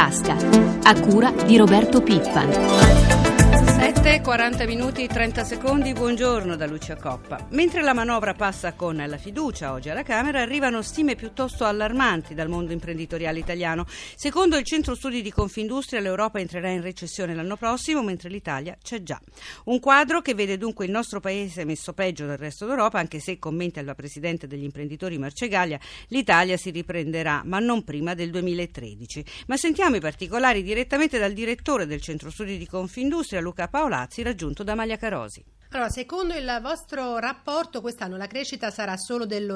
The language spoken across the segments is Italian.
tasca, a cura di Roberto Pippan. 40 minuti 30 secondi, buongiorno da Lucia Coppa. Mentre la manovra passa con la fiducia oggi alla Camera, arrivano stime piuttosto allarmanti dal mondo imprenditoriale italiano. Secondo il centro studi di Confindustria, l'Europa entrerà in recessione l'anno prossimo, mentre l'Italia c'è già. Un quadro che vede dunque il nostro paese messo peggio del resto d'Europa, anche se, commenta la presidente degli imprenditori Marcegaglia, l'Italia si riprenderà, ma non prima del 2013. Ma sentiamo i particolari direttamente dal direttore del centro studi di Confindustria, Luca Paolazzi, raggiunto da Malia Carosi. Allora, secondo il vostro rapporto, quest'anno la crescita sarà solo dello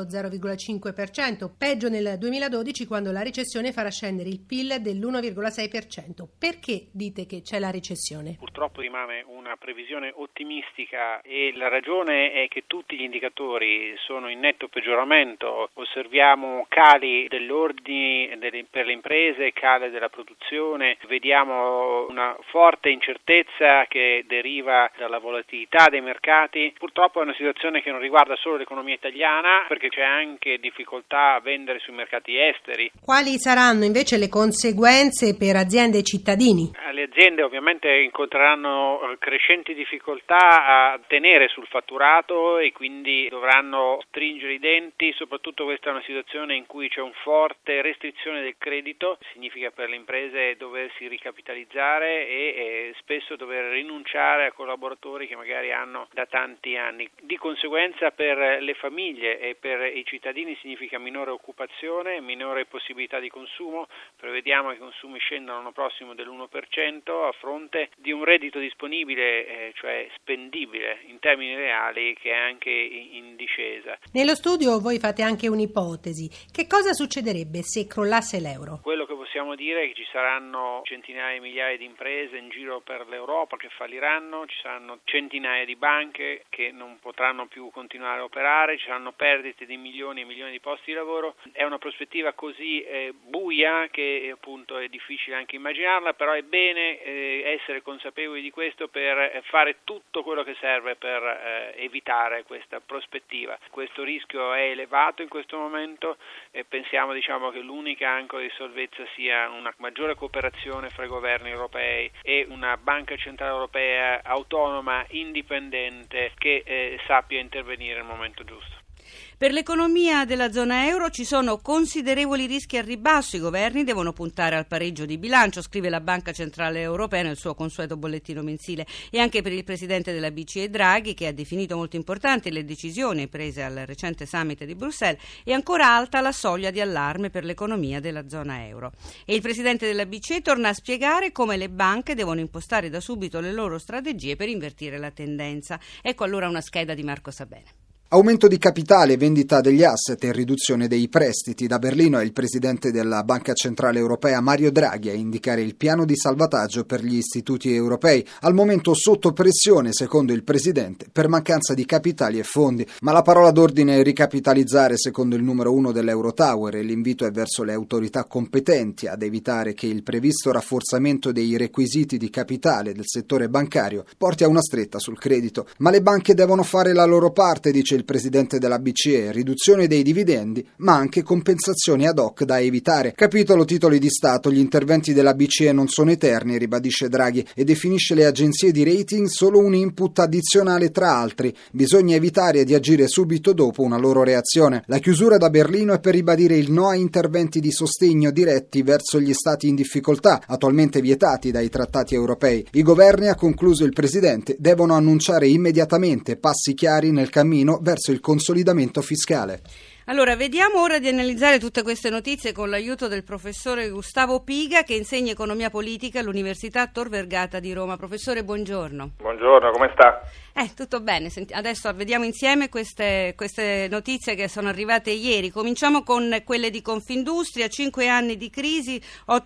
0,5%, peggio nel 2012 quando la recessione farà scendere il PIL dell'1,6%. Perché dite che c'è la recessione? Purtroppo rimane una previsione ottimistica e la ragione è che tutti gli indicatori sono in netto peggioramento. Osserviamo cali dell'ordine per le imprese, cali della produzione, vediamo una forte incertezza che deriva dalla volatilità dei mercati. Purtroppo è una situazione che non riguarda solo l'economia italiana, perché c'è anche difficoltà a vendere sui mercati esteri. Quali saranno invece le conseguenze per aziende e cittadini? Le aziende ovviamente incontreranno crescenti difficoltà a tenere sul fatturato e quindi dovranno stringere i denti. Soprattutto questa è una situazione in cui c'è una forte restrizione del credito, significa per le imprese doversi ricapitalizzare e spesso dover rinunciare a collaboratori che magari hanno da tanti anni. Di conseguenza per le famiglie e per i cittadini significa minore occupazione, minore possibilità di consumo. Prevediamo che i consumi scendano l'anno prossimo dell'1% a fronte di un reddito disponibile, cioè spendibile in termini reali, che è anche in discesa. Nello studio voi fate anche un'ipotesi. Che cosa succederebbe se crollasse l'euro? Quello che possiamo dire è che ci saranno centinaia di migliaia di imprese in giro per l'Europa che falliranno, ci saranno centinaia di banche che non potranno più continuare a operare, ci saranno perdite di milioni e milioni di posti di lavoro. È una prospettiva così buia che appunto è difficile anche immaginarla, però è bene essere consapevoli di questo per fare tutto quello che serve per evitare questa prospettiva. Questo rischio è elevato in questo momento e pensiamo che l'unica ancora di salvezza sia una maggiore cooperazione fra i governi europei e una banca centrale europea autonoma, indipendente, che sappia intervenire nel momento giusto. Per l'economia della zona euro ci sono considerevoli rischi al ribasso. I governi devono puntare al pareggio di bilancio, scrive la Banca Centrale Europea nel suo consueto bollettino mensile, e anche per il presidente della BCE Draghi, che ha definito molto importanti le decisioni prese al recente summit di Bruxelles, è ancora alta la soglia di allarme per l'economia della zona euro. E il presidente della BCE torna a spiegare come le banche devono impostare da subito le loro strategie per invertire la tendenza. Ecco allora una scheda di Marco Sabene. Aumento di capitale, vendita degli asset e riduzione dei prestiti. Da Berlino è il presidente della Banca Centrale Europea Mario Draghi a indicare il piano di salvataggio per gli istituti europei, al momento sotto pressione, secondo il presidente, per mancanza di capitali e fondi. Ma la parola d'ordine è ricapitalizzare, secondo il numero 1 dell'Eurotower, e l'invito è verso le autorità competenti ad evitare che il previsto rafforzamento dei requisiti di capitale del settore bancario porti a una stretta sul credito. Ma le banche devono fare la loro parte, dice il presidente della BCE, riduzione dei dividendi, ma anche compensazioni ad hoc da evitare. Capitolo titoli di Stato, gli interventi della BCE non sono eterni, ribadisce Draghi, e definisce le agenzie di rating solo un input addizionale tra altri. Bisogna evitare di agire subito dopo una loro reazione. La chiusura da Berlino è per ribadire il no a interventi di sostegno diretti verso gli stati in difficoltà, attualmente vietati dai trattati europei. I governi, ha concluso il presidente, devono annunciare immediatamente passi chiari nel cammino verso il consolidamento fiscale. Allora, vediamo ora di analizzare tutte queste notizie con l'aiuto del professore Gustavo Piga, che insegna economia politica all'Università Tor Vergata di Roma. Professore, buongiorno. Buongiorno, come sta? Tutto bene. Adesso vediamo insieme queste notizie che sono arrivate ieri. Cominciamo con quelle di Confindustria. 5 anni di crisi,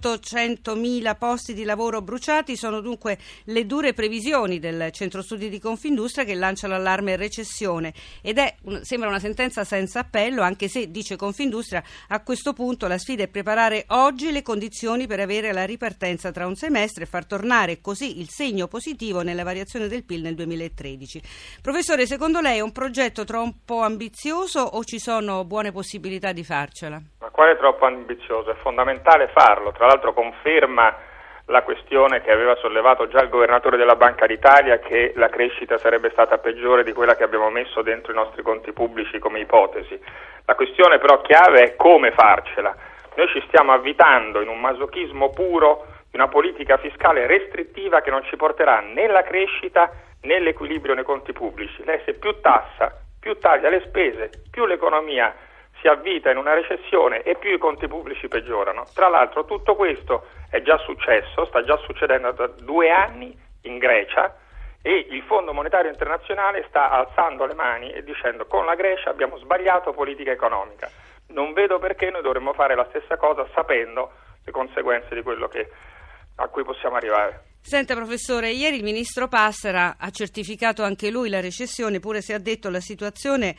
800.000 posti di lavoro bruciati. Sono dunque le dure previsioni del Centro Studi di Confindustria, che lancia l'allarme recessione. Ed sembra una sentenza senza appello, anche se, dice Confindustria, a questo punto la sfida è preparare oggi le condizioni per avere la ripartenza tra un semestre e far tornare così il segno positivo nella variazione del PIL nel 2013. Professore, secondo lei è un progetto troppo ambizioso o ci sono buone possibilità di farcela? Ma Quale troppo ambizioso? È fondamentale farlo, tra l'altro conferma la questione che aveva sollevato già il governatore della Banca d'Italia, che la crescita sarebbe stata peggiore di quella che abbiamo messo dentro i nostri conti pubblici come ipotesi. La questione però chiave è come farcela. Noi ci stiamo avvitando in un masochismo puro di una politica fiscale restrittiva che non ci porterà né la crescita né l'equilibrio nei conti pubblici. Lei se più tassa, più taglia le spese, più l'economia si avvita in una recessione e più i conti pubblici peggiorano. Tra l'altro tutto questo è già successo, sta già succedendo da 2 anni in Grecia, e il Fondo Monetario Internazionale sta alzando le mani e dicendo: con la Grecia abbiamo sbagliato politica economica. Non vedo perché noi dovremmo fare la stessa cosa sapendo le conseguenze di quello a cui possiamo arrivare. Senta professore, ieri il ministro Passera ha certificato anche lui la recessione, pure se ha detto la situazione,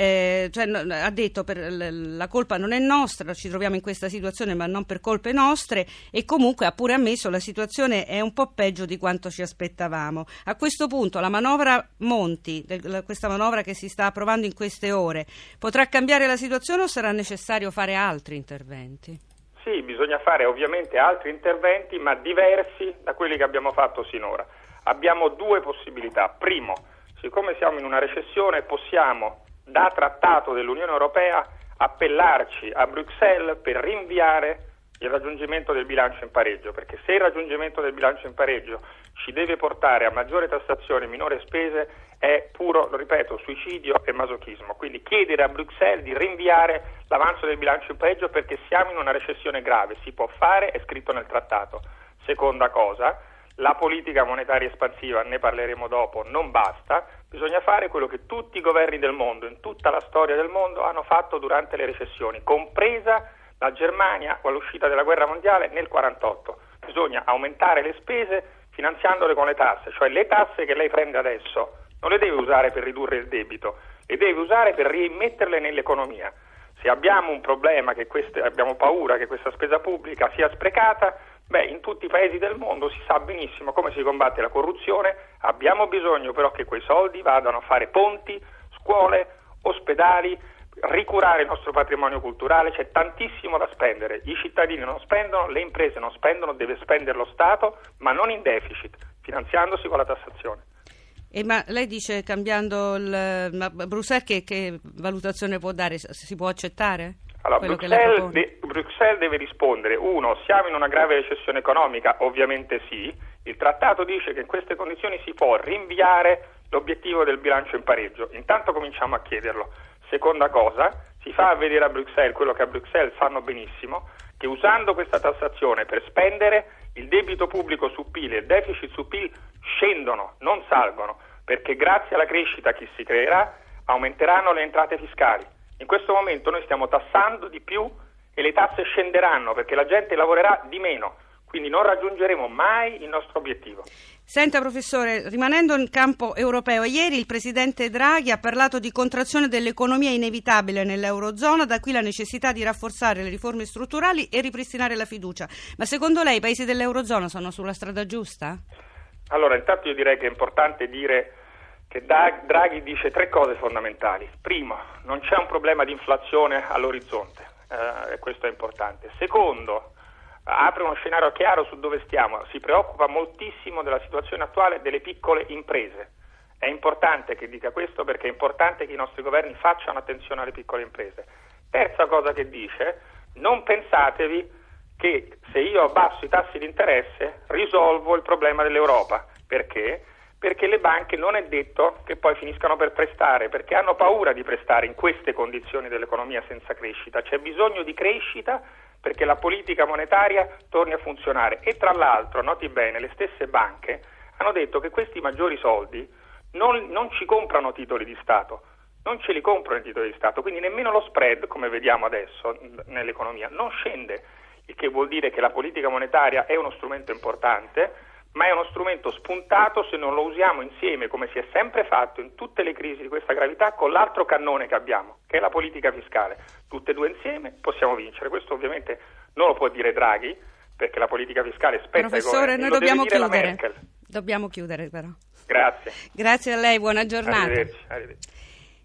ha detto la colpa non è nostra, ci troviamo in questa situazione ma non per colpe nostre, e comunque ha pure ammesso la situazione è un po' peggio di quanto ci aspettavamo. A questo punto la manovra Monti, questa manovra che si sta approvando in queste ore, potrà cambiare la situazione o sarà necessario fare altri interventi? Sì, bisogna fare ovviamente altri interventi, ma diversi da quelli che abbiamo fatto sinora. Abbiamo 2 possibilità. Primo, siccome siamo in una recessione, possiamo, da trattato dell'Unione Europea, appellarci a Bruxelles per rinviare il raggiungimento del bilancio in pareggio, perché se il raggiungimento del bilancio in pareggio ci deve portare a maggiore tassazione e minore spese, è puro, lo ripeto, suicidio e masochismo. Quindi chiedere a Bruxelles di rinviare l'avanzo del bilancio in pareggio perché siamo in una recessione grave, si può fare, è scritto nel trattato. Seconda cosa, la politica monetaria espansiva, ne parleremo dopo, non basta, bisogna fare quello che tutti i governi del mondo, in tutta la storia del mondo, hanno fatto durante le recessioni, compresa la Germania all'uscita della guerra mondiale nel 1948. Bisogna aumentare le spese finanziandole con le tasse, cioè le tasse che lei prende adesso non le deve usare per ridurre il debito, le deve usare per rimetterle nell'economia. Se abbiamo un problema, abbiamo paura che questa spesa pubblica sia sprecata, in tutti i paesi del mondo si sa benissimo come si combatte la corruzione, abbiamo bisogno però che quei soldi vadano a fare ponti, scuole, ospedali, ricurare il nostro patrimonio culturale. C'è tantissimo da spendere, i cittadini non spendono, le imprese non spendono, deve spendere lo Stato, ma non in deficit, finanziandosi con la tassazione. Ma lei dice cambiando ma Bruxelles che valutazione può dare? Si può accettare? Allora, Bruxelles deve rispondere: 1, siamo in una grave recessione economica? Ovviamente sì. Il trattato dice che in queste condizioni si può rinviare l'obiettivo del bilancio in pareggio. Intanto cominciamo a chiederlo. Seconda cosa, si fa vedere a Bruxelles quello che a Bruxelles sanno benissimo, che usando questa tassazione per spendere, il debito pubblico su PIL e il deficit su PIL scendono, non salgono, perché grazie alla crescita che si creerà aumenteranno le entrate fiscali. In questo momento noi stiamo tassando di più e le tasse scenderanno perché la gente lavorerà di meno, quindi non raggiungeremo mai il nostro obiettivo. Senta professore, rimanendo in campo europeo, ieri il presidente Draghi ha parlato di contrazione dell'economia inevitabile nell'Eurozona, da qui la necessità di rafforzare le riforme strutturali e ripristinare la fiducia. Ma secondo lei i paesi dell'Eurozona sono sulla strada giusta? Allora, intanto io direi che è importante dire che Draghi dice 3 cose fondamentali. Primo, non c'è un problema di inflazione all'orizzonte, e questo è importante. Secondo, apre uno scenario chiaro su dove stiamo, si preoccupa moltissimo della situazione attuale delle piccole imprese. È importante che dica questo perché è importante che i nostri governi facciano attenzione alle piccole imprese. Terza cosa che dice: non pensatevi che se io abbasso i tassi di interesse risolvo il problema dell'Europa. Perché? Perché le banche non è detto che poi finiscano per prestare, perché hanno paura di prestare in queste condizioni dell'economia senza crescita. C'è bisogno di crescita perché la politica monetaria torni a funzionare. E tra l'altro, noti bene, le stesse banche hanno detto che questi maggiori soldi non ci comprano titoli di Stato, non ce li comprano i titoli di Stato, quindi nemmeno lo spread, come vediamo adesso nell'economia, non scende, il che vuol dire che la politica monetaria è uno strumento importante, ma è uno strumento spuntato se non lo usiamo insieme, come si è sempre fatto in tutte le crisi di questa gravità, con l'altro cannone che abbiamo, che è la politica fiscale. Tutte e 2 insieme possiamo vincere. Questo ovviamente non lo può dire Draghi, perché la politica fiscale spetta ai governi. Professore, noi dobbiamo chiudere però. Grazie. Grazie a lei, buona giornata. Arrivederci.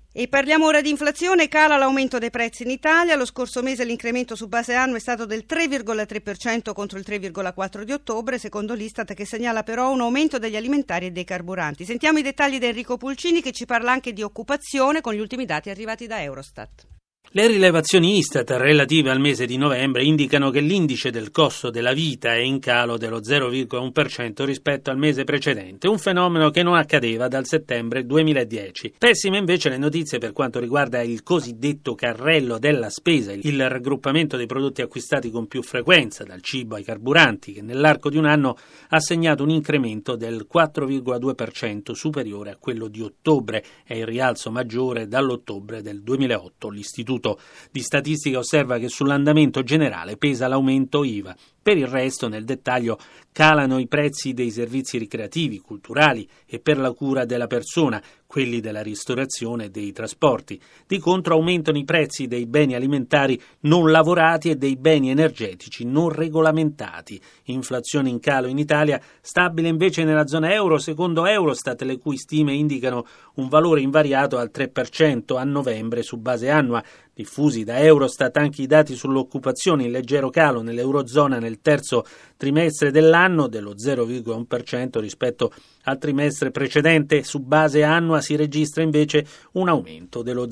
E parliamo ora di inflazione. Cala l'aumento dei prezzi in Italia. Lo scorso mese l'incremento su base annua è stato del 3,3% contro il 3,4% di ottobre, secondo l'Istat, che segnala però un aumento degli alimentari e dei carburanti. Sentiamo i dettagli da Enrico Pulcini, che ci parla anche di occupazione con gli ultimi dati arrivati da Eurostat. Le rilevazioni Istat relative al mese di novembre indicano che l'indice del costo della vita è in calo dello 0,1% rispetto al mese precedente, un fenomeno che non accadeva dal settembre 2010. Pessime invece le notizie per quanto riguarda il cosiddetto carrello della spesa, il raggruppamento dei prodotti acquistati con più frequenza, dal cibo ai carburanti, che nell'arco di un anno ha segnato un incremento del 4,2% superiore a quello di ottobre, è il rialzo maggiore dall'ottobre del 2008. L'Istituto di Statistica osserva che sull'andamento generale pesa l'aumento IVA. Per il resto, nel dettaglio, calano i prezzi dei servizi ricreativi, culturali e per la cura della persona, quelli della ristorazione e dei trasporti. Di contro aumentano i prezzi dei beni alimentari non lavorati e dei beni energetici non regolamentati. Inflazione in calo in Italia, stabile invece nella zona euro, secondo Eurostat, le cui stime indicano un valore invariato al 3% a novembre su base annua. Diffusi da Eurostat anche i dati sull'occupazione in leggero calo nell'Eurozona nel terzo trimestre dell'anno dello 0,1% rispetto al trimestre precedente. Su base annua si registra invece un aumento dello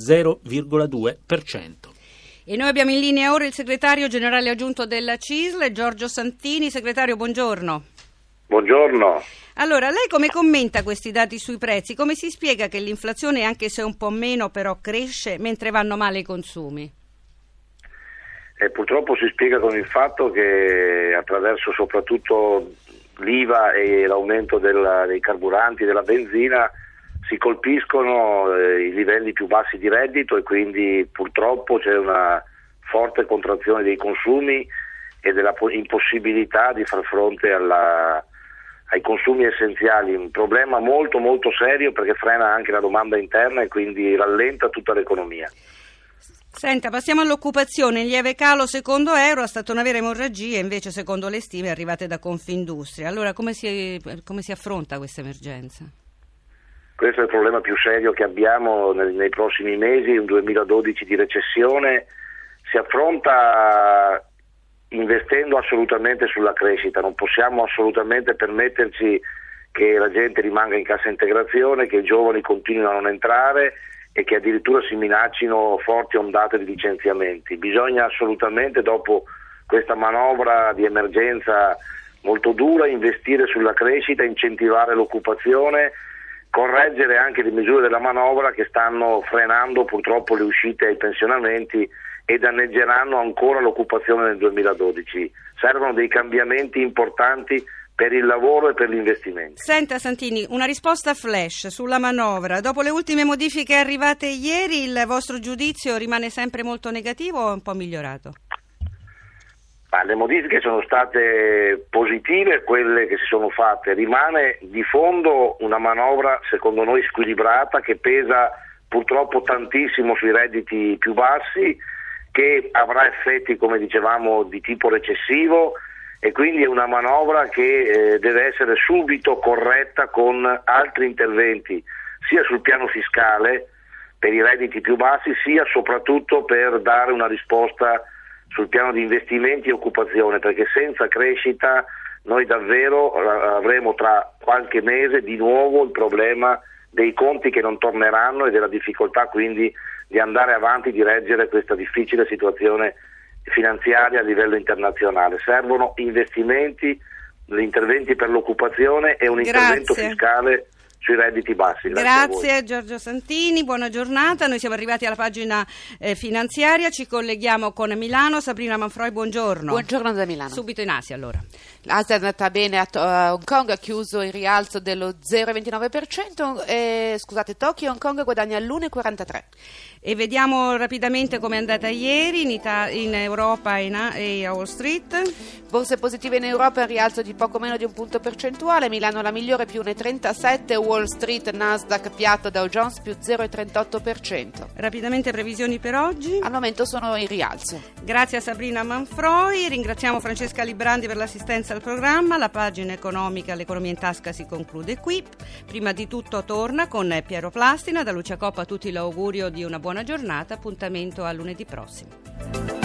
0,2%. E noi abbiamo in linea ora il segretario generale aggiunto della CISL, Giorgio Santini. Segretario, buongiorno. Buongiorno. Allora, lei come commenta questi dati sui prezzi? Come si spiega che l'inflazione, anche se un po' meno, però cresce mentre vanno male i consumi? Purtroppo si spiega con il fatto che attraverso soprattutto l'IVA e l'aumento dei carburanti e della benzina si colpiscono i livelli più bassi di reddito e quindi purtroppo c'è una forte contrazione dei consumi e della impossibilità di far fronte ai consumi essenziali, un problema molto molto serio perché frena anche la domanda interna e quindi rallenta tutta l'economia. Senta, passiamo all'occupazione. In lieve calo secondo Eurostat, una vera emorragia invece secondo le stime arrivate da Confindustria. Allora come si affronta questa emergenza? Questo è il problema più serio che abbiamo nei prossimi mesi, un 2012 di recessione. Si affronta investendo assolutamente sulla crescita, non possiamo assolutamente permetterci che la gente rimanga in cassa integrazione, che i giovani continuino a non entrare e che addirittura si minaccino forti ondate di licenziamenti. Bisogna assolutamente, dopo questa manovra di emergenza molto dura, investire sulla crescita, incentivare l'occupazione, correggere anche le misure della manovra che stanno frenando purtroppo le uscite ai pensionamenti e danneggeranno ancora l'occupazione nel 2012. Servono dei cambiamenti importanti per il lavoro e per gli investimenti. Senta Santini, una risposta flash sulla manovra. Dopo le ultime modifiche arrivate ieri, il vostro giudizio rimane sempre molto negativo o è un po' migliorato? Le modifiche sono state positive, quelle che si sono fatte. Rimane di fondo una manovra secondo noi squilibrata che pesa purtroppo tantissimo sui redditi più bassi, che avrà effetti, come dicevamo, di tipo recessivo e quindi è una manovra che deve essere subito corretta con altri interventi sia sul piano fiscale per i redditi più bassi sia soprattutto per dare una risposta sul piano di investimenti e occupazione, perché senza crescita noi davvero avremo tra qualche mese di nuovo il problema dei conti che non torneranno e della difficoltà quindi di andare avanti, di reggere questa difficile situazione finanziaria a livello internazionale. Servono investimenti, interventi per l'occupazione e un intervento fiscale sui redditi bassi. Grazie Giorgio Santini, buona giornata. Noi siamo arrivati alla pagina finanziaria, ci colleghiamo con Milano. Sabrina Manfroi, buongiorno. Buongiorno da Milano. Subito in Asia allora. L'Asia è andata bene, a Hong Kong ha chiuso in rialzo dello 0,29%, Tokyo e Hong Kong guadagna l'1,43%. E vediamo rapidamente come è andata ieri in Europa e a Wall Street. Borse positive in Europa, rialzo di poco meno di un punto percentuale, Milano la migliore più 1,37%, Wall Street, Nasdaq piatto, Dow Jones più 0,38%. Rapidamente previsioni per oggi. Al momento sono in rialzo. Grazie a Sabrina Manfroi, ringraziamo Francesca Librandi per l'assistenza al programma. La pagina economica, l'economia in tasca si conclude qui. Prima di tutto torna con Piero Plastina. Da Lucia Coppa a tutti l'augurio di una buona giornata. Appuntamento a lunedì prossimo.